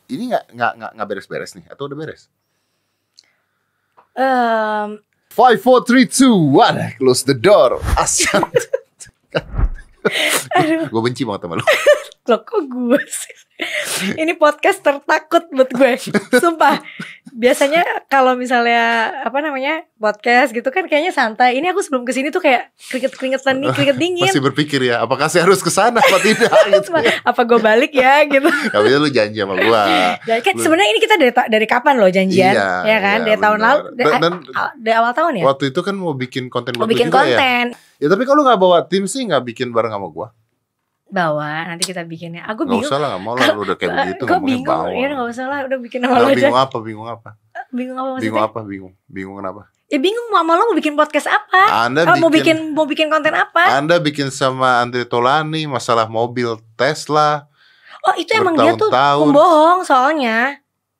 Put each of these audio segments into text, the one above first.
Ini nggak beres-beres nih atau udah beres? 5, 4, 3, 2, 1, close the door. Asal. Gue benci banget sama lu. Loh kok gue sih? Ini podcast tertakut buat gue. Sumpah. Biasanya kalau misalnya podcast gitu kan kayaknya santai. Ini aku sebelum kesini tuh kayak keringetan nih, keringet dingin. Masih berpikir ya, apakah saya harus kesana apa tidak? Gitu. Apa gue balik ya gitu. Tapi lu janji sama gue. Jadi kan sebenarnya ini kita dari kapan loh janjian? Iya, ya kan? Dari tahun lalu. Dari awal tahun ya. Waktu itu kan mau bikin konten mau buat bikin juga konten. Ya tapi kalau nggak bawa tim sih nggak bikin bareng sama gue. Bawa, nanti kita bikinnya. Aku bingung. Gak usah lah, gak mau lah. Lu udah kayak begitu ngomongin bawa. Ya gak usah lah, udah bikin sama lo aja. Bingung apa? Bingung apa maksudnya? Bingung kenapa? Ya bingung sama lo mau bikin podcast apa? Mau bikin konten apa? Anda bikin sama Andre Tolani masalah mobil Tesla. Oh itu emang dia tuh pembohong soalnya.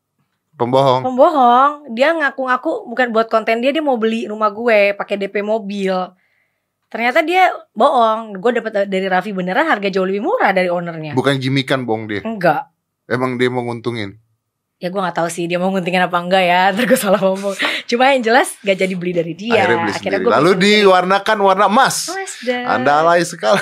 Pembohong. Dia ngaku-ngaku bukan buat konten dia mau beli rumah gue pakai DP mobil. Ternyata dia bohong. Gue dapat dari Raffi beneran harga jauh lebih murah dari ownernya. Bukan gimikan bohong dia. Enggak. Emang dia mau nguntungin. Ya gue gak tahu sih dia mau nguntingin apa enggak ya. Ntar gue salah ngomong. Cuma yang jelas gak jadi beli dari dia. Akhirnya beli lalu diwarnakan warna emas. Anda alay sekali.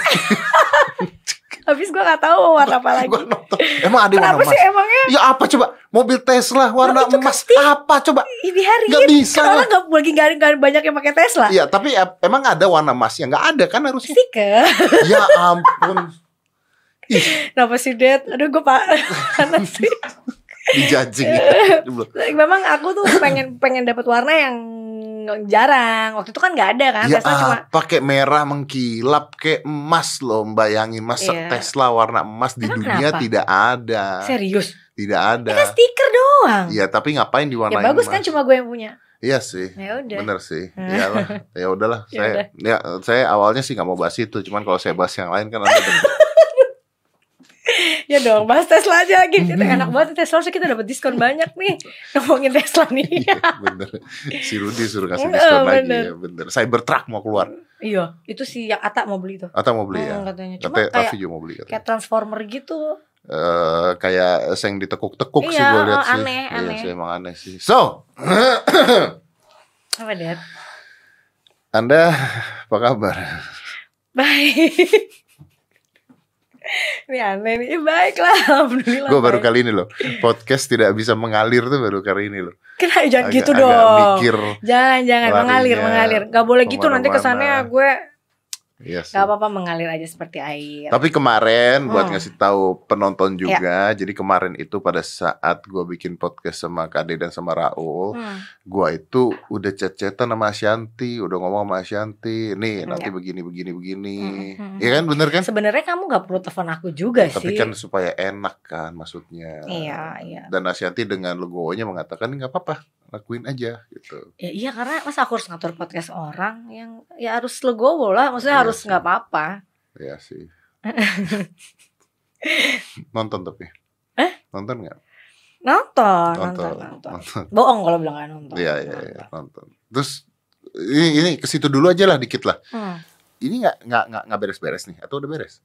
Habis gue gak tahu warna apa lagi. Emang ada warna emas? Sih emangnya? Ya apa coba? Mobil Tesla warna emas apa coba? Ini hari gak bisa kan orang gak banyak yang pakai Tesla. Iya tapi emang ada warna emasnya? Gak ada kan harusnya. Stiker. Ya ampun. Kenapa sih Dad? Aduh gue panas sih. Dijajing. Memang aku tuh pengen dapat warna yang jarang. Waktu itu kan nggak ada kan. Ya Tesla cuma pakai merah mengkilap kayak emas loh. Bayangin masa Tesla warna emas di dunia kenapa? Tidak ada. Serius? Tidak ada. Ini kan stiker doang. Iya tapi ngapain diwarnain emas? Ya bagus emas? Kan cuma gue yang punya. Iya sih. Yaudah. Bener sih. Iyalah. Ya udahlah. Saya awalnya sih nggak mau bahas itu. Cuman kalau saya bahas yang lain kan nanti ya dong, bahas Tesla aja lagi. Kita enak banget Tesla, kita dapat diskon banyak nih ngomongin Tesla nih. Bener. Si Rudy suruh kasih diskon lagi ya, bener. Cybertruck mau keluar. Iya, itu si yang Ata mau beli tuh. Ata mau beli ya. Katanya. Cuma kayak juga mau beli katanya. Kayak Transformer gitu. Kayak seng ditekuk-tekuk sih gue lihat sih. Aneh. Iya sih emang aneh sih. So, apa Dad? Anda apa kabar? Baik. Ini aneh nih, baiklah, alhamdulillah. Gue baru kali ini loh podcast tidak bisa mengalir tuh baru kali ini loh. Kenapa jangan gitu dong? Mikir jangan mengalir. Gak boleh gitu nanti kesannya gue. Yes. Gak apa-apa mengalir aja seperti air. Tapi kemarin buat ngasih tahu penonton juga, jadi kemarin itu pada saat gue bikin podcast sama Kade dan sama Raul, gue itu udah chat-chatan sama Ashanti, udah ngomong sama Ashanti, nih nanti begini. Iya kan, bener kan? Sebenarnya kamu gak perlu telepon aku juga sih. Tapi kan supaya enak kan maksudnya. Iya. Dan Ashanti dengan legowonya mengatakan nggak apa-apa, lakuin aja gitu. Ya, iya karena masa aku harus ngatur podcast orang yang ya harus legowo lah, maksudnya harus nggak apa-apa. Iya sih. Nonton tapi. Nonton nggak? Nonton. Bohong kalau bilang nggak nonton. Iya nonton. Terus ini ke situ dulu aja lah dikit lah. Ini nggak beres-beres nih atau udah beres?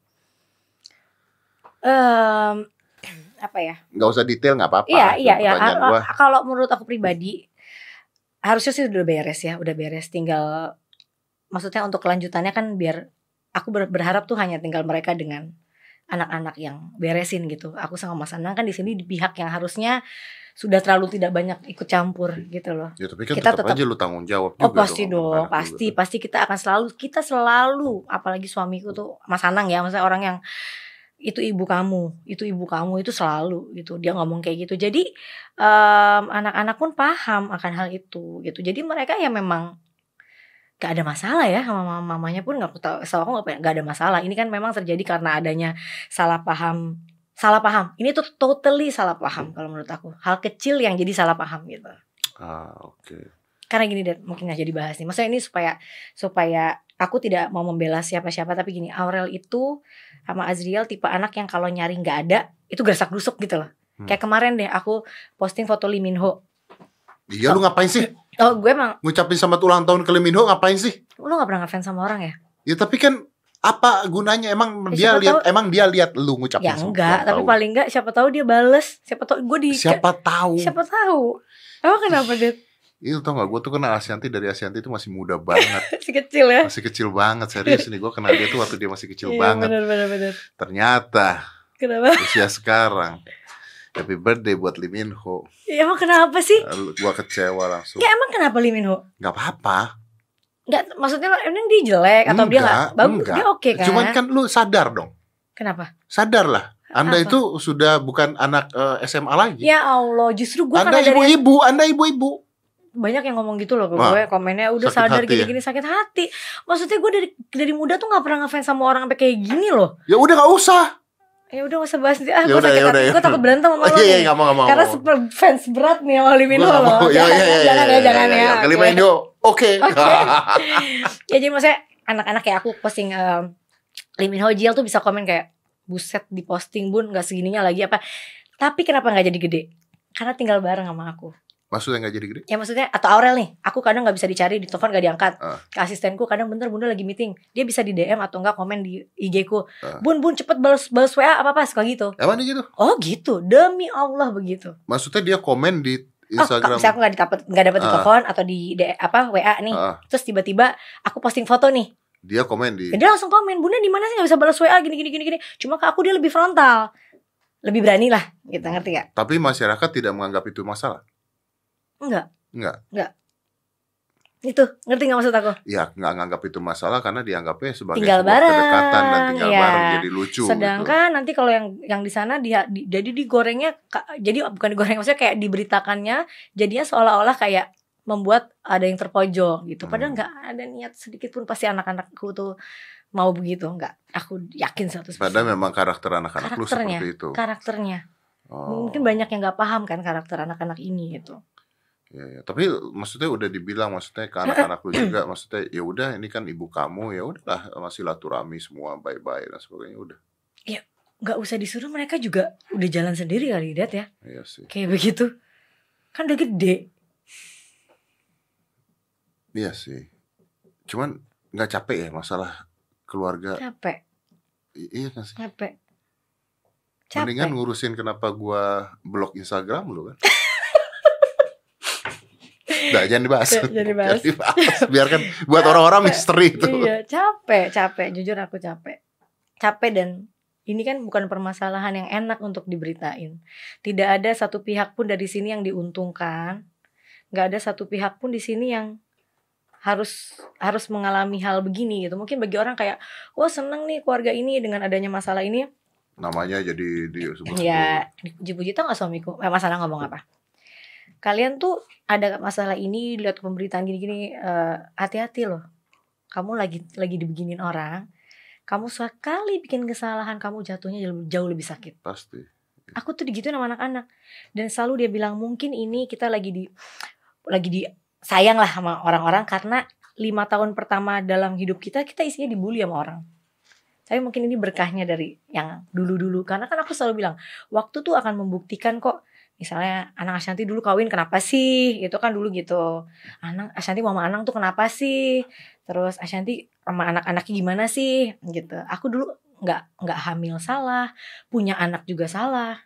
Apa ya? Nggak usah detail nggak apa-apa. Iya. Kalau menurut aku pribadi harusnya sih udah beres ya, udah beres. Tinggal maksudnya untuk kelanjutannya kan biar aku berharap tuh hanya tinggal mereka dengan anak-anak yang beresin gitu. Aku sama Mas Anang kan di sini di pihak yang harusnya sudah terlalu tidak banyak ikut campur gitu loh. Ya tapi kan kita tetap aja lu tanggung jawab juga. Oh pasti dong, pasti kita akan selalu apalagi suamiku tuh Mas Anang ya, maksudnya orang yang itu ibu kamu itu selalu gitu dia ngomong kayak gitu. Jadi anak-anak pun paham akan hal itu gitu. Jadi mereka ya memang gak ada masalah ya sama mamanya pun nggak ada masalah. Ini kan memang terjadi karena adanya salah paham. Ini tuh totally salah paham kalau menurut aku. Hal kecil yang jadi salah paham gitu. Oke. Karena gini Dad, mungkin gak jadi bahas nih. Maksudnya ini supaya aku tidak mau membela siapa-siapa, tapi gini, Aurel itu sama Azriel tipe anak yang kalau nyari nggak ada itu gersak-gerusuk gitu loh. Kayak kemarin deh aku posting foto Lee Min Ho. Iya lu ngapain sih? Oh gue emang ngucapin selamat ulang tahun ke Lee Min Ho ngapain sih? Lu gak pernah ngefans sama orang ya? Ya tapi kan Apa gunanya? Emang dia lihat lu ngucapin ya enggak, tapi paling enggak siapa tahu dia bales, siapa tahu gue siapa tahu. Emang kenapa dia? Itu tau gak, gue tuh kenal Ashanti dari Ashanti itu masih muda banget. Masih kecil ya? Masih kecil banget, serius nih. Gue kenal dia tuh waktu dia masih kecil banget. Bener. Ternyata kenapa? Usia sekarang. Happy birthday buat Lee Min Ho. Ya, emang kenapa sih? Gue kecewa langsung. Ya emang kenapa Lee Min Ho? Gak apa-apa. Nggak, maksudnya emang dia jelek atau dia nggak bagus? Dia oke kan? Cuman kan lu sadar dong. Kenapa? Sadarlah. Anda itu sudah bukan anak SMA lagi. Ya Allah, justru gue Anda ibu-ibu, Anda ibu-ibu. Banyak yang ngomong gitu loh ke gue, komennya udah sadar gini-gini sakit hati. Maksudnya gue dari muda tuh nggak pernah ngefans sama orang sampai kayak gini loh. Ya udah nggak usah. Ya udah gak usah bahas gue sakit hati, gue takut berantem sama lo nih. Gak mau. Karena super fans berat nih sama Lee Min Ho loh. Jangan ya. Lee Min Ho, oke. Ya jadi maksudnya anak-anak kayak aku posting Lee Min Ho Jill tuh bisa komen kayak buset di posting bun gak segininya lagi apa. Tapi kenapa gak jadi gede? Karena tinggal bareng sama aku. Maksudnya gak jadi gede? Ya maksudnya, atau Aurel nih, aku kadang gak bisa dicari, di telepon gak diangkat. Ke asistenku kadang bentar bunda lagi meeting, dia bisa di DM atau enggak komen di IG ku. Bun cepet balas WA apa suka gitu. Emang gitu? Oh gitu, demi Allah begitu. Maksudnya dia komen di Instagram. Misalnya aku gak dapet di telepon atau di WA nih, terus tiba-tiba aku posting foto nih, dia komen di. Dia langsung komen, bunda di mana sih gak bisa balas WA gini. Cuma ke aku dia lebih frontal, lebih berani lah, gitu, ngerti gak? Tapi masyarakat tidak menganggap itu masalah. Enggak. Itu ngerti gak maksud aku? Ya nggak nganggap itu masalah karena dianggapnya sebagai tinggal bareng, kedekatan dan tinggal bareng jadi lucu. Sedangkan gitu. nanti kalau yang di sana jadi digorengnya, jadi bukan digoreng, maksudnya kayak diberitakannya jadinya seolah-olah kayak membuat ada yang terpojok gitu. Padahal nggak ada niat sedikit pun, pasti anak-anakku tuh mau begitu, nggak? Aku yakin 100%. Padahal memang karakter anak-anak lu seperti itu. Karakternya. Mungkin banyak yang nggak paham kan karakter anak-anak ini gitu. Ya, tapi maksudnya udah dibilang, maksudnya ke anak-anak lu juga, maksudnya ya udah ini kan ibu kamu, ya udahlah masih silaturahmi semua bye-bye dan sebagainya udah. Ya nggak usah disuruh, mereka juga udah jalan sendiri kali Dad ya. Iya sih. Kayak begitu, kan udah gede. Iya sih. Cuman nggak capek ya masalah keluarga? Capek. Iya kan sih. Capek. Mendingan ngurusin kenapa gua blok Instagram lu kan. Nah, jangan dibahas. Biarkan buat orang-orang misteri itu. Iya, capek. Jujur aku capek. Capek, dan ini kan bukan permasalahan yang enak untuk diberitain. Tidak ada satu pihak pun dari sini yang diuntungkan. Gak ada satu pihak pun di sini yang harus mengalami hal begini gitu. Mungkin bagi orang kayak, wah seneng nih keluarga ini dengan adanya masalah ini. Namanya jadi disebut. Ya, dipuji-puji. Tau gak suamiku masalah ngomong apa? Kalian tuh ada masalah ini, lihat pemberitaan gini-gini, hati-hati loh. Kamu lagi dibeginin orang, kamu sekali bikin kesalahan, kamu jatuhnya jauh lebih sakit. Pasti. Aku tuh digituin sama anak-anak, dan selalu dia bilang mungkin ini kita lagi di sayang lah sama orang-orang karena 5 tahun pertama dalam hidup kita isinya dibully sama orang. Tapi mungkin ini berkahnya dari yang dulu-dulu, karena kan aku selalu bilang waktu tuh akan membuktikan kok. Misalnya anak Ashanti dulu kawin kenapa sih? Itu kan dulu gitu. Anak Ashanti mama Anang tuh kenapa sih? Terus Ashanti sama anak-anaknya gimana sih? Gitu. Aku dulu nggak hamil salah, punya anak juga salah.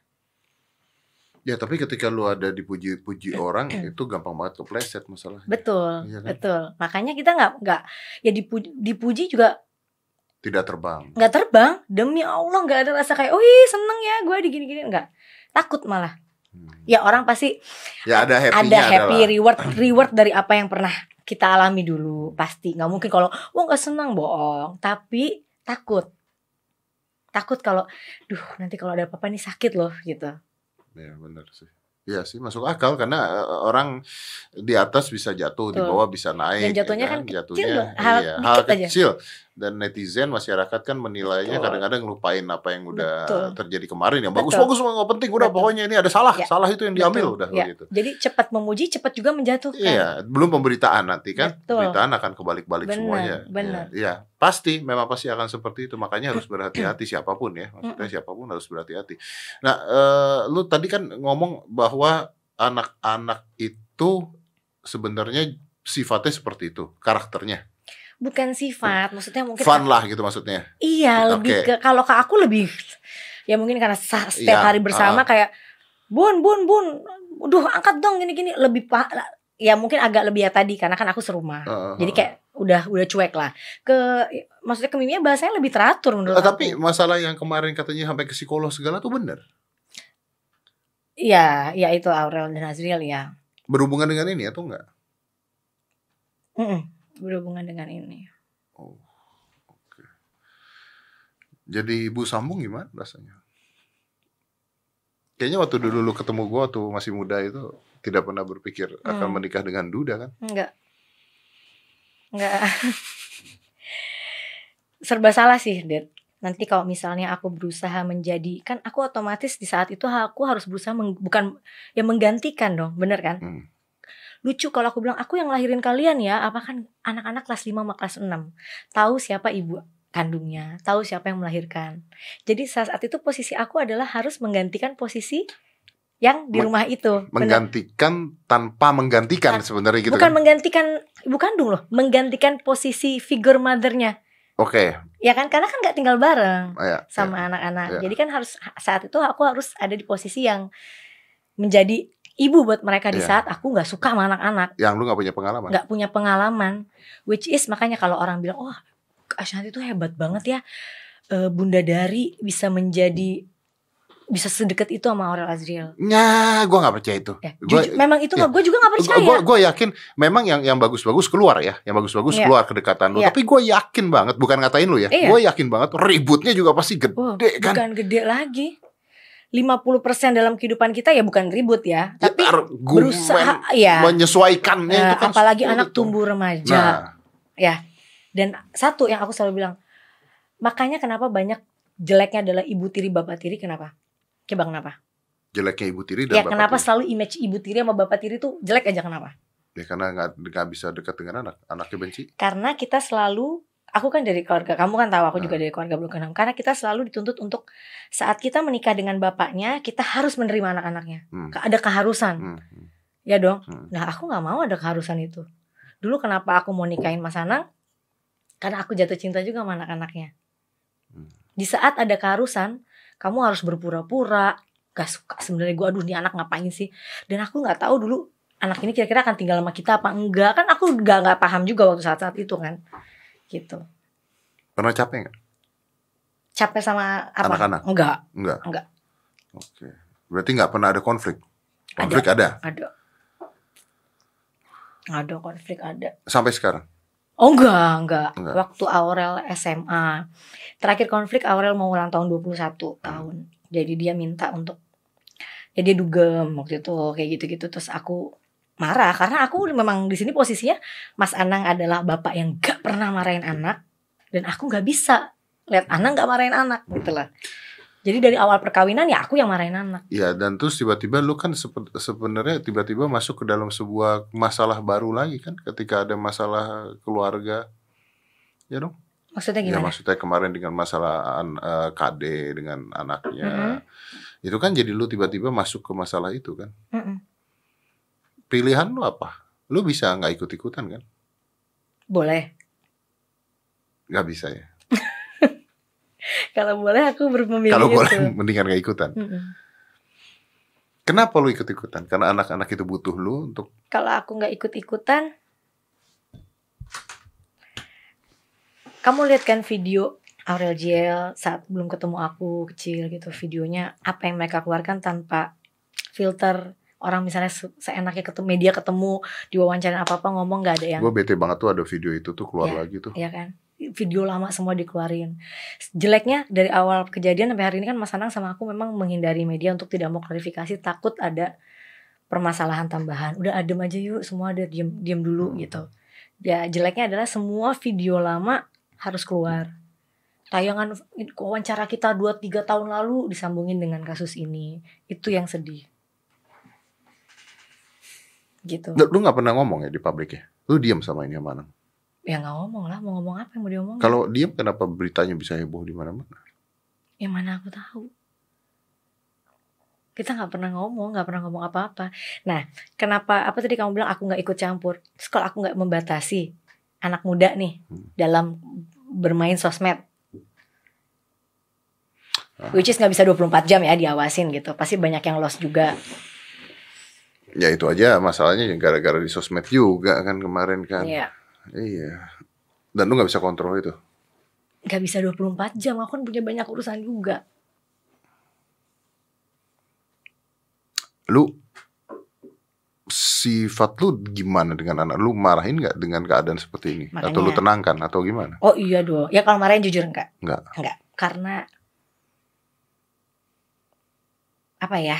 Ya tapi ketika lu ada dipuji-puji orang itu gampang banget kepleset masalahnya. Betul, ya kan? Betul. Makanya kita nggak ya dipuji juga tidak terbang. Nggak terbang. Demi Allah nggak ada rasa kayak, seneng ya gue digini-gini, nggak. Takut malah. Ya orang pasti ya ada happy reward dari apa yang pernah kita alami dulu, pasti. Nggak mungkin kalau nggak senang, bohong. Tapi takut kalau nanti kalau ada apa-apa nih sakit loh gitu. Ya benar sih. Iya sih, masuk akal karena orang di atas bisa jatuh, di bawah bisa naik. Dan jatuhnya kan kecil, hal kecil. Dan netizen, masyarakat kan menilainya kadang-kadang lupain apa yang udah terjadi kemarin. Yang bagus-bagus nggak penting, udah pokoknya ini ada salah itu yang diambil udah gitu. Jadi cepat memuji, cepat juga menjatuhkan. Iya, belum pemberitaan nanti kan. Pemberitaan akan kebalik-balik semuanya. Benar. Iya, memang pasti akan seperti itu. Makanya harus berhati-hati siapapun ya. Maksudnya siapapun harus berhati-hati. Nah, lu tadi kan ngomong bahwa anak-anak itu sebenarnya sifatnya seperti itu, karakternya. Bukan sifat, maksudnya mungkin fun lah gitu maksudnya. Iya, lebih ke kalau ke aku lebih ya mungkin karena setiap hari bersama kayak bun, duh angkat dong gini-gini, lebih ya mungkin agak lebih ya tadi karena kan aku serumah. Jadi kayak udah cuek lah. Maksudnya ke Mimia bahasanya lebih teratur menurut aku. Tapi masalah yang kemarin katanya sampai ke psikolog segala tuh bener? Iya, ya itu Aurel dan Azriel ya. Berhubungan dengan ini atau enggak? Berhubungan dengan ini. Oh, oke. Jadi ibu sambung gimana rasanya? Kayaknya waktu dulu lu ketemu gue waktu masih muda itu tidak pernah berpikir akan menikah dengan Duda kan? Enggak. Serba salah sih, Dad. Nanti kalau misalnya aku berusaha menjadi, kan aku otomatis di saat itu aku harus berusaha bukan ya menggantikan dong, bener kan? Lucu kalau aku bilang aku yang lahirin kalian ya, apa kan anak-anak kelas 5 sama kelas 6 tahu siapa ibu kandungnya, tahu siapa yang melahirkan. Jadi saat itu posisi aku adalah harus menggantikan posisi yang di rumah itu. Menggantikan tanpa menggantikan sebenarnya gitu. Bukan kan? Menggantikan ibu kandung loh, menggantikan posisi figur mothernya. Oke. Ya kan, karena kan nggak tinggal bareng sama anak-anak. Jadi kan harus saat itu aku harus ada di posisi yang menjadi ibu buat mereka di saat aku nggak suka sama anak-anak. Yang lu nggak punya pengalaman. Nggak punya pengalaman, which is makanya kalau orang bilang, oh Ashanti tuh hebat banget ya, Bunda Dari bisa sedekat itu sama Aurel Azriel. Nah, gue nggak percaya itu. Memang itu gue juga nggak percaya. Gue yakin memang yang bagus-bagus keluar ya, yang bagus-bagus keluar kedekatan lu. Tapi gue yakin banget, bukan ngatain lu ya, gue yakin banget ributnya juga pasti gede kan. Bukan gede lagi. 50% dalam kehidupan kita ya bukan ribut ya, tapi berusaha menyesuaikannya itu kan. Apalagi anak tumbuh remaja. Ya. Dan satu yang aku selalu bilang, makanya kenapa banyak jeleknya adalah ibu tiri bapak tiri, kenapa? Coba kenapa? Jeleknya ibu tiri dan bapak kenapa tiri. selalu image ibu tiri sama bapak tiri tuh jelek aja, kenapa? Ya karena nggak bisa dekat dengan anaknya benci. Karena kita selalu, aku kan dari keluarga, kamu kan tahu aku juga dari keluarga broken home. Karena kita selalu dituntut untuk saat kita menikah dengan bapaknya, kita harus menerima anak-anaknya. Ada keharusan. Ya dong. Nah aku nggak mau ada keharusan itu. Dulu kenapa aku mau nikahin Mas Anang? Karena aku jatuh cinta juga sama anak-anaknya. Di saat ada keharusan, kamu harus berpura-pura gak suka sebenarnya gue, aduh nih anak ngapain sih. Dan aku gak tahu dulu anak ini kira-kira akan tinggal sama kita apa enggak. Kan aku gak paham juga waktu saat-saat itu kan. Gitu. Pernah capek gak? Capek sama apa? Anak-anak? Enggak. Oke. Berarti gak pernah ada konflik? Konflik ada? Ada konflik, ada. Sampai sekarang? Oh enggak. Waktu Aurel SMA. Terakhir konflik Aurel mau ulang tahun 21 tahun. Jadi dia minta untuk, ya dia dugem waktu itu kayak gitu-gitu. Terus aku marah karena aku memang di sini posisinya Mas Anang adalah bapak yang gak pernah marahin anak, dan aku gak bisa lihat Anang gak marahin anak gitu lah. Jadi dari awal perkawinan ya aku yang marahin anak. Iya, dan terus tiba-tiba lu kan sebenarnya tiba-tiba masuk ke dalam sebuah masalah baru lagi kan, ketika ada masalah keluarga. Ya dong? Maksudnya gimana? Ya maksudnya kemarin dengan masalah KD dengan anaknya. Itu kan jadi lu tiba-tiba masuk ke masalah itu kan. Pilihan lu apa? Lu bisa gak ikut-ikutan kan? Boleh. Gak bisa ya? Kalau boleh aku memilih Kalau itu. boleh mendingan gak ikutan. Kenapa lu ikut-ikutan? Karena anak-anak itu butuh lu untuk. Kalau aku gak ikut-ikutan, kamu lihat kan video Aurel Jiel saat belum ketemu aku kecil gitu, videonya apa yang mereka keluarkan tanpa filter. Orang misalnya seenaknya ketemu media, ketemu diwawancara apa-apa ngomong gak ada yang. Gue bete banget tuh ada video itu tuh keluar lagi tuh. Iya kan, video lama semua dikeluarin. Jeleknya dari awal kejadian sampai hari ini kan Mas Anang sama aku memang menghindari media untuk tidak mau klarifikasi, takut ada permasalahan tambahan. Udah adem aja yuk, semua ada diam dulu gitu. Ya jeleknya adalah semua video lama harus keluar. Tayangan wawancara kita 2-3 tahun lalu disambungin dengan kasus ini. Itu yang sedih. Gitu. Lu gak pernah ngomong ya di publik ya? Lu diam sama ini mana? Ya gak ngomong lah, mau ngomong apa yang mau diomongin. Kalau diam kenapa beritanya bisa heboh di mana-mana? Ya mana aku tahu. Kita gak pernah ngomong apa-apa. Nah, kenapa, apa tadi kamu bilang aku gak ikut campur? Terus kalau aku gak membatasi, anak muda nih dalam bermain sosmed. Which is gak bisa 24 jam ya diawasin gitu. Pasti banyak yang lost juga. Ya itu aja masalahnya gara-gara di sosmed juga kan kemarin kan. Iya. Dan lu gak bisa kontrol itu. Gak bisa 24 jam, aku kan punya banyak urusan juga. Lu sifat lu gimana dengan anak? Lu marahin gak dengan keadaan seperti ini? Makanya, atau lu tenangkan atau gimana? Oh iya dong. Ya kalau marahin jujur enggak. Karena apa ya?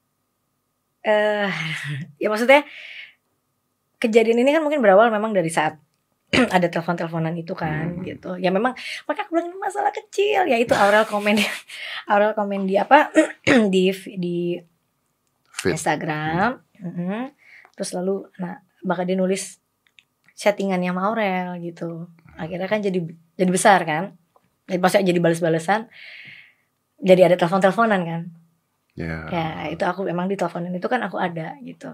Ya maksudnya kejadian ini kan mungkin berawal memang dari saat ada telepon-teleponan itu kan gitu. Ya memang makanya aku bilang ini masalah kecil. Ya itu Aurel komen di apa di Instagram. Terus lalu bakal dia nulis settingannya sama Aurel gitu. Akhirnya kan jadi besar kan. Jadi maksudnya jadi balas-balasan. Jadi ada telepon-teleponan kan. Ya itu aku emang di teleponan itu kan aku ada gitu.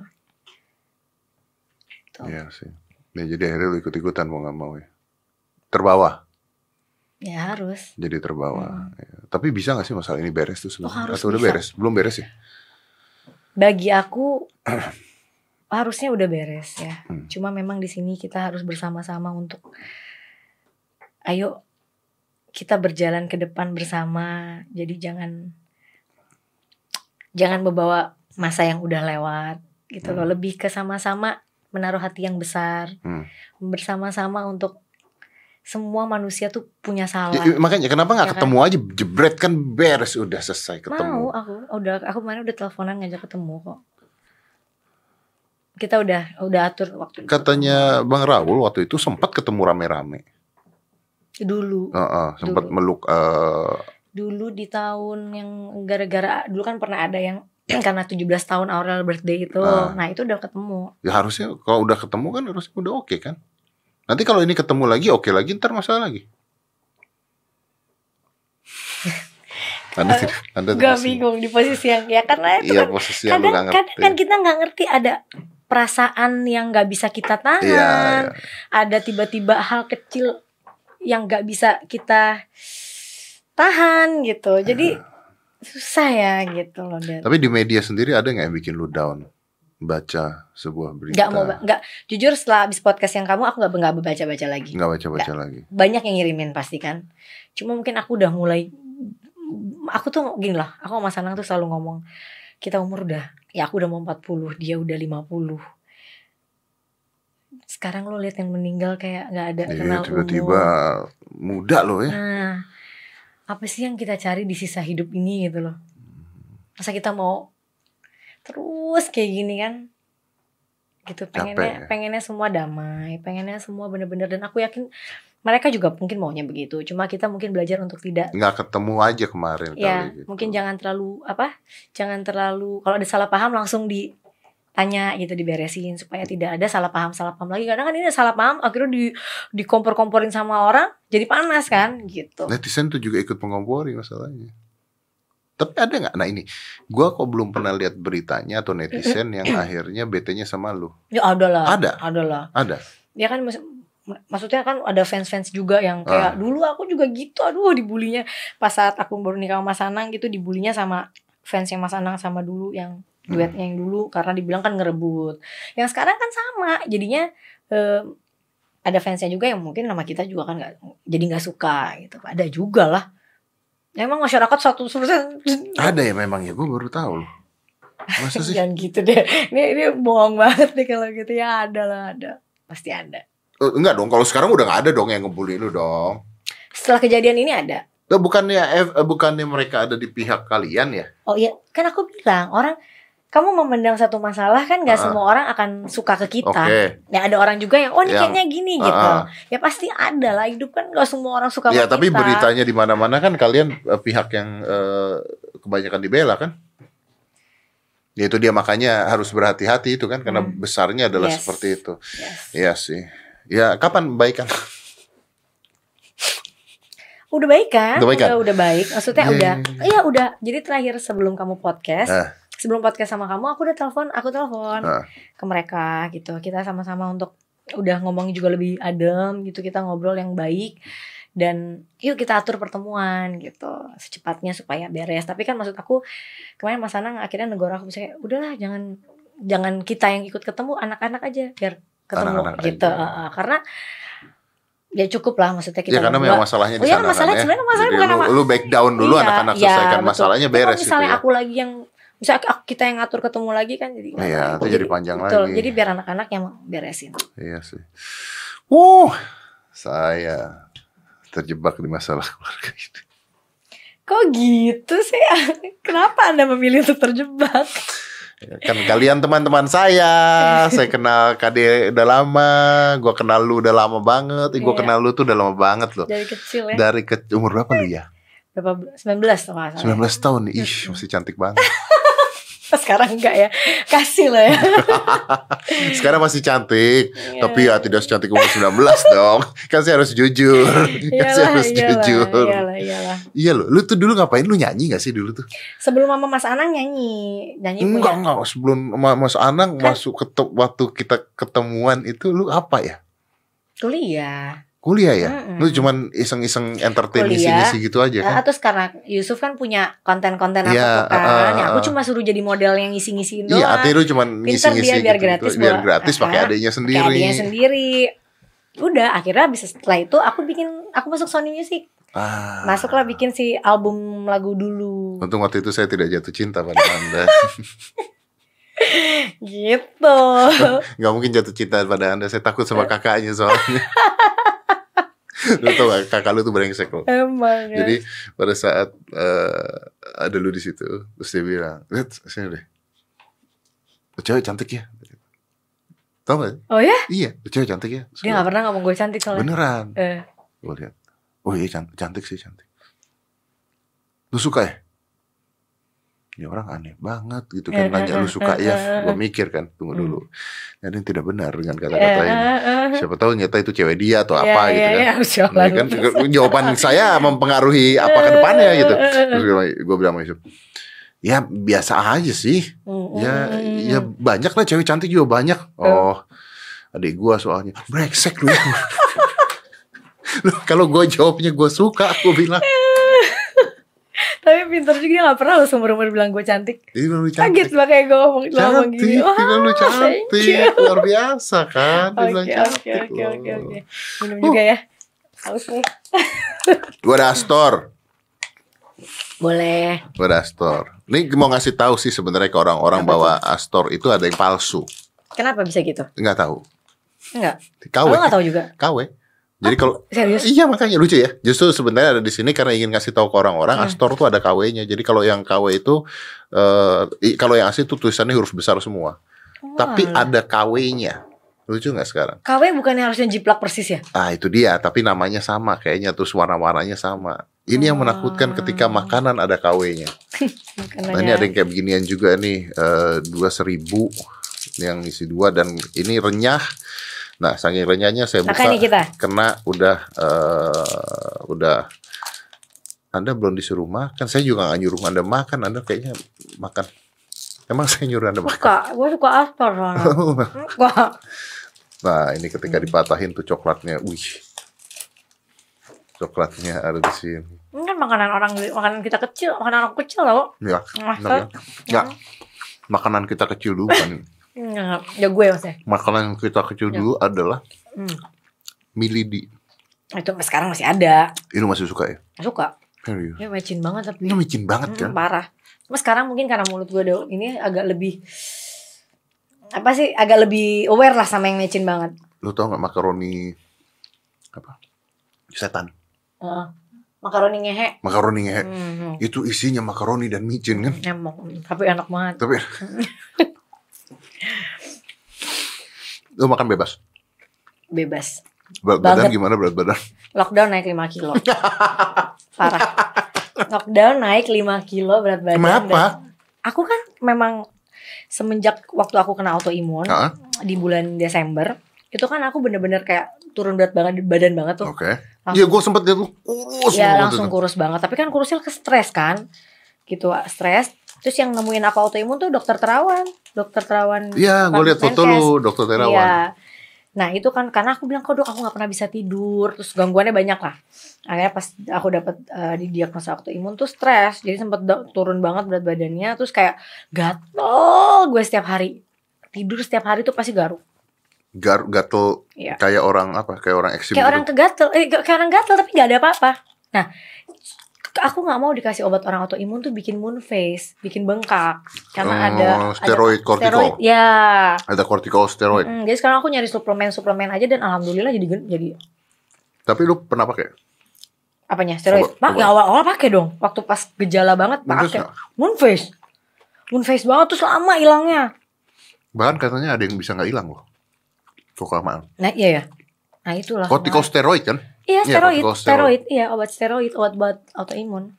Iya sih. Ya, jadi akhirnya lu ikut-ikutan mau gak mau ya. Terbawa. Ya harus. Jadi terbawa. Ya. Tapi bisa gak sih masalah ini beres tuh sebenarnya? Atau udah bisa. beres? Belum beres ya? Bagi aku harusnya udah beres ya. Cuma memang di sini kita harus bersama-sama untuk ayo kita berjalan ke depan bersama. Jadi jangan membawa masa yang udah lewat gitu loh. Lebih ke sama-sama menaruh hati yang besar, bersama-sama untuk semua manusia tuh punya salah. Ya, makanya kenapa nggak ketemu aja, jebret kan beres, udah selesai ketemu. Mau aku kemarin udah teleponan ngajak ketemu kok. Kita udah atur waktu. Katanya Bang Raul waktu itu sempat ketemu rame-rame. Dulu. Sempat meluk. Dulu di tahun yang gara-gara dulu kan pernah ada yang karena 17 tahun Aurel birthday itu. Nah itu udah ketemu. Ya harusnya kalau udah ketemu kan harusnya udah oke kan. Nanti kalau ini ketemu lagi oke lagi, ntar masalah lagi. Anda gak bingung di posisi yang ya karena itu kan kadang kita nggak ngerti ada perasaan yang nggak bisa kita tahan. Ada tiba-tiba hal kecil yang nggak bisa kita tahan gitu. Jadi susah ya gitu loh. Tapi di media sendiri ada nggak yang bikin lu down? Baca sebuah berita. Nggak. Jujur setelah habis podcast yang kamu, aku nggak baca-baca lagi. Nggak baca-baca lagi. Banyak yang ngirimin pasti kan. Cuma mungkin aku udah mulai. Aku tuh gini lah. Aku sama Sanang tuh selalu ngomong. Kita umur udah. Ya aku udah mau 40. Dia udah 50. Sekarang lo lihat yang meninggal kayak nggak ada kenal tiba-tiba muda lo ya. Nah, apa sih yang kita cari di sisa hidup ini gitu loh. Masa kita mau terus kayak gini kan gitu, pengennya semua damai, pengennya semua benar-benar, dan aku yakin mereka juga mungkin maunya begitu, cuma kita mungkin belajar untuk nggak ketemu aja kemarin ya kali gitu. Mungkin jangan terlalu kalau ada salah paham langsung ditanya gitu, diberesin supaya tidak ada salah paham lagi, karena kan ini salah paham akhirnya dikompor-komporin sama orang jadi panas kan gitu. Netizen tuh juga ikut mengompori masalahnya. Tapi ada nggak? Nah ini, gue kok belum pernah lihat beritanya atau netizen yang akhirnya betenya sama lu. Ya ada lah. Ada. Ya kan maksudnya kan ada fans juga yang kayak dulu aku juga gitu, dibulinya pas saat aku baru nikah sama Mas Anang gitu, dibulinya sama fansnya Mas Anang sama dulu yang duetnya yang dulu, karena dibilang kan ngerebut. Yang sekarang kan sama, jadinya ada fansnya juga yang mungkin nama kita juga kan nggak suka gitu. Ada juga lah. Ya, emang masyarakat 100% ada ya memang ya, gue baru tahu loh. Masa sih? Jangan gitu deh. Ini bohong banget nih kalau gitu ya. Ada. Pasti ada. Enggak dong, kalau sekarang udah gak ada dong yang ngebully lu dong. Setelah kejadian ini ada. Bukannya mereka ada di pihak kalian ya? Oh iya, kan aku bilang kamu memendam satu masalah kan gak semua orang akan suka ke kita. Ya ada orang juga yang ini kayaknya gini gitu. Ya pasti ada lah, hidup kan gak semua orang suka ya, sama kita. Ya tapi beritanya di mana-mana kan kalian pihak yang kebanyakan dibela kan? Ya itu dia, makanya harus berhati-hati itu kan, karena besarnya adalah seperti itu. Iya sih. Ya kapan baikan? Udah baik kan? Udah baik. Maksudnya udah. Jadi terakhir sebelum kamu podcast. Sebelum podcast sama kamu, aku telepon ke mereka gitu. Kita sama-sama untuk udah ngomongnya juga lebih adem gitu, kita ngobrol yang baik. Dan yuk kita atur pertemuan gitu secepatnya supaya beres. Tapi kan maksud aku kemarin Mas Anang akhirnya negor aku, misalnya udahlah jangan kita yang ikut ketemu, anak-anak aja biar ketemu Anak-anak gitu. Karena ya cukup lah maksudnya kita karena memang masalahnya di sana masalah kan ya. sebenarnya masalahnya Jadi bukan lu back down dulu, anak-anak selesaikan betul. masalahnya, Tapi beres kalau misalnya itu ya. aku lagi yang misalnya kita yang ngatur ketemu lagi kan jadi Iya, itu jadi panjang betul, lagi. jadi biar anak-anak yang beresin. Iya sih. Saya terjebak di masalah keluarga ini. Kok gitu sih? Kenapa Anda memilih untuk terjebak? Kan kalian teman-teman saya kenal Kade udah lama, gue kenal lu udah lama banget, gue kenal lu tuh udah lama banget loh. Dari kecil ya. Dari umur berapa lu ya? Berapa? 19 atau 19 tahun, ih masih cantik banget. Sekarang enggak ya, kasih lah ya. Sekarang masih cantik, tapi ya tidak secantik umur 19 dong. Kan saya harus jujur. Iyalah. Iya lo, lu tuh dulu ngapain? Lu nyanyi gak sih dulu tuh? Sebelum Mama Mas Anang nyanyi Enggak. Sebelum Mas Anang kan masuk waktu kita ketemuan itu lu apa ya? Kuliah ya? Lu cuman iseng-iseng entertain ngisi-ngisi gitu aja kan? Terus karena Yusuf kan punya konten-konten apa kan, aku cuma suruh jadi model yang ngisi-ngisiin doang. Iya, artinya lu cuman ngisi-ngisi biar gitu, gratis, biar gratis pakai adanya sendiri. Udah, akhirnya bisa setelah itu aku masuk Sony Music. Masuklah bikin si album lagu dulu. Untung waktu itu saya tidak jatuh cinta pada Anda. Gitu. Gak mungkin jatuh cinta pada Anda, saya takut sama kakaknya soalnya. Lu tau gak, kakak lu tuh brengsek loh. Emang ya. Jadi pada saat ada lu di situ, terus dia bilang, lihat sini deh, cewek cantik ya. Tau gak? Oh ya? Iya, cewek cantik ya. Terus dia gak pernah ngomong gue cantik soalnya. Beneran. Gue lihat, oh iya cantik sih, cantik. Lu suka ya? Ya orang aneh banget gitu kan, nanya lu suka ya. Gue mikir kan, tunggu dulu, ini tidak benar dengan kata-kata ini. Siapa tahu nyata itu cewek dia atau apa gitu kan. Kan jawaban saya mempengaruhi apa ke depannya gitu. Terus gue bilang sama Yusuf, ya biasa aja sih. Ya banyak lah cewek cantik juga banyak. Oh, adik gue soalnya brengsek lu. Kalau gue jawabnya gue suka, aku bilang. Tapi pintar juga, dia gak pernah lo seumur-umur bilang gue cantik. Dia bilang lu cantik. Kaget makanya gue ngomong gini. Dia bilang lu cantik, luar biasa kan. Dia bilang cantik. Oke. Minum juga ya. Haus nih. Gue ada Astor. Boleh. Gue ada Astor. Ini mau ngasih tahu sih sebenarnya ke orang-orang bahwa Astor itu ada yang palsu. Kenapa bisa gitu? Enggak tahu. Enggak. KW. Lo gak tahu juga? KW. Jadi kalau serius? Iya makanya lucu ya. Justru sebenarnya ada di sini karena ingin ngasih tahu ke orang-orang Astor tuh ada KW-nya. Jadi kalau yang KW itu kalau yang asli tuh tulisannya huruf besar semua. Tapi ada KW-nya. Lucu nggak sekarang? KW bukannya harusnya jiplak persis ya? Itu dia. Tapi namanya sama kayaknya, terus warna-warnanya sama. Ini yang menakutkan ketika makanan ada KW-nya. Nah, ini ada yang kayak beginian juga nih, 2.000 yang isi 2 dan ini renyah. Nah, saking renyahnya saya buka kena udah Anda belum disuruh makan. Saya juga gak nyuruh Anda makan. Anda kayaknya makan. Emang saya nyuruh Anda makan? Gue suka Astor. Nah, ini ketika dipatahin tuh coklatnya. Wih. Coklatnya ada di sini. Ini kan makanan kita kecil, makanan anak kecil loh. Ya. Enggak. Makanan kita kecil dulu kan. Ya gue maksudnya. Makanan kita kecil dulu adalah milidi. Itu sekarang masih ada. Ini masih suka ya? Suka. Serius? Ya micin banget tapi. Ini micin banget kan? Parah. Cuma sekarang mungkin karena mulut gue ini agak lebih agak lebih aware lah sama yang micin banget. Lu tau gak makaroni apa? Setan. Makaroni ngehe. Makaroni ngehe. Itu isinya makaroni dan micin kan? Emang, tapi enak banget. Tapi lu makan bebas? Bebas. Berat badan gimana berat badan? Lockdown naik 5 kilo. Parah. Lockdown naik 5 kilo berat badan. Kenapa? Aku kan memang semenjak waktu aku kena autoimun di bulan Desember, itu kan aku bener-bener kayak turun berat badan banget tuh. Oke. Iya, gue sempet lihat tuh kurus. Iya, langsung kurus banget. Tapi kan kurusnya ke stres kan, gitu, stres. Terus yang nemuin aku autoimun tuh dokter Terawan. Iya, gue lihat foto lu, dokter Terawan. Iya. Nah itu kan karena aku bilang, kok dok aku gak pernah bisa tidur. Terus gangguannya banyak lah. Akhirnya pas aku dapat didiagnosa autoimun tuh stres. Jadi sempet turun banget berat badannya. Terus kayak gatel gue setiap hari. Tidur setiap hari tuh pasti garuk. Gatel Iya. kayak orang apa? Kayak orang eksim Kayak gitu. orang kegatel, kayak orang gatel tapi gak ada apa-apa. Nah aku gak mau dikasih obat orang autoimun tuh bikin moon face, bikin bengkak. Karena ada steroid, kortiko. Ya. Ada kortikosteroid. Jadi sekarang aku nyari suplemen aja dan alhamdulillah jadi. Tapi lu pernah pakai? Apanya? Steroid? Ya awal-awal pakai dong. Waktu pas gejala banget pakai. Moon face banget tuh lama hilangnya. Bahkan katanya ada yang bisa nggak hilang loh. Kelamaan. Nah iya ya. Nah itulah. Kortikosteroid kan? Iya steroid. Iya obat steroid, obat autoimun.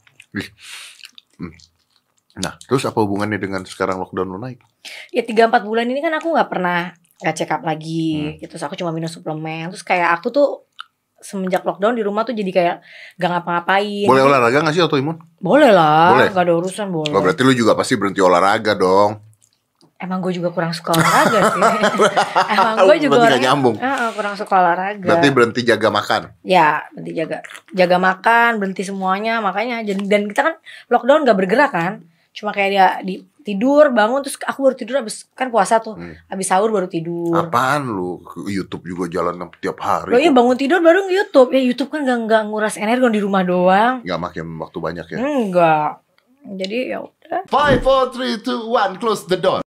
Nah terus apa hubungannya dengan sekarang lockdown lu naik? Ya 3-4 bulan ini kan aku nggak pernah check up lagi. Terus aku cuma minum suplemen. Terus kayak aku tuh semenjak lockdown di rumah tuh jadi kayak gak ngapa-ngapain. Boleh olahraga gak sih autoimun? Boleh lah. Boleh. Gak ada urusan boleh. Oh, berarti lu juga pasti berhenti olahraga dong. Emang gue juga kurang suka olahraga sih. Emang gue juga berarti gak nyambung. Kurang suka olahraga. Berarti berhenti jaga makan. Ya berhenti jaga makan, berhenti semuanya. Makanya dan kita kan lockdown gak bergerak kan. Cuma kayak dia tidur, bangun, terus aku baru tidur abis kan puasa tuh. Abis sahur baru tidur. Apaan lu? YouTube juga jalan tiap hari. Loh iya bangun tidur baru nge-YouTube. Ya YouTube kan gak nguras energi di rumah doang. Gak makin waktu banyak ya? Enggak. Jadi ya udah. 5, 4, 3, 2, 1, close the door.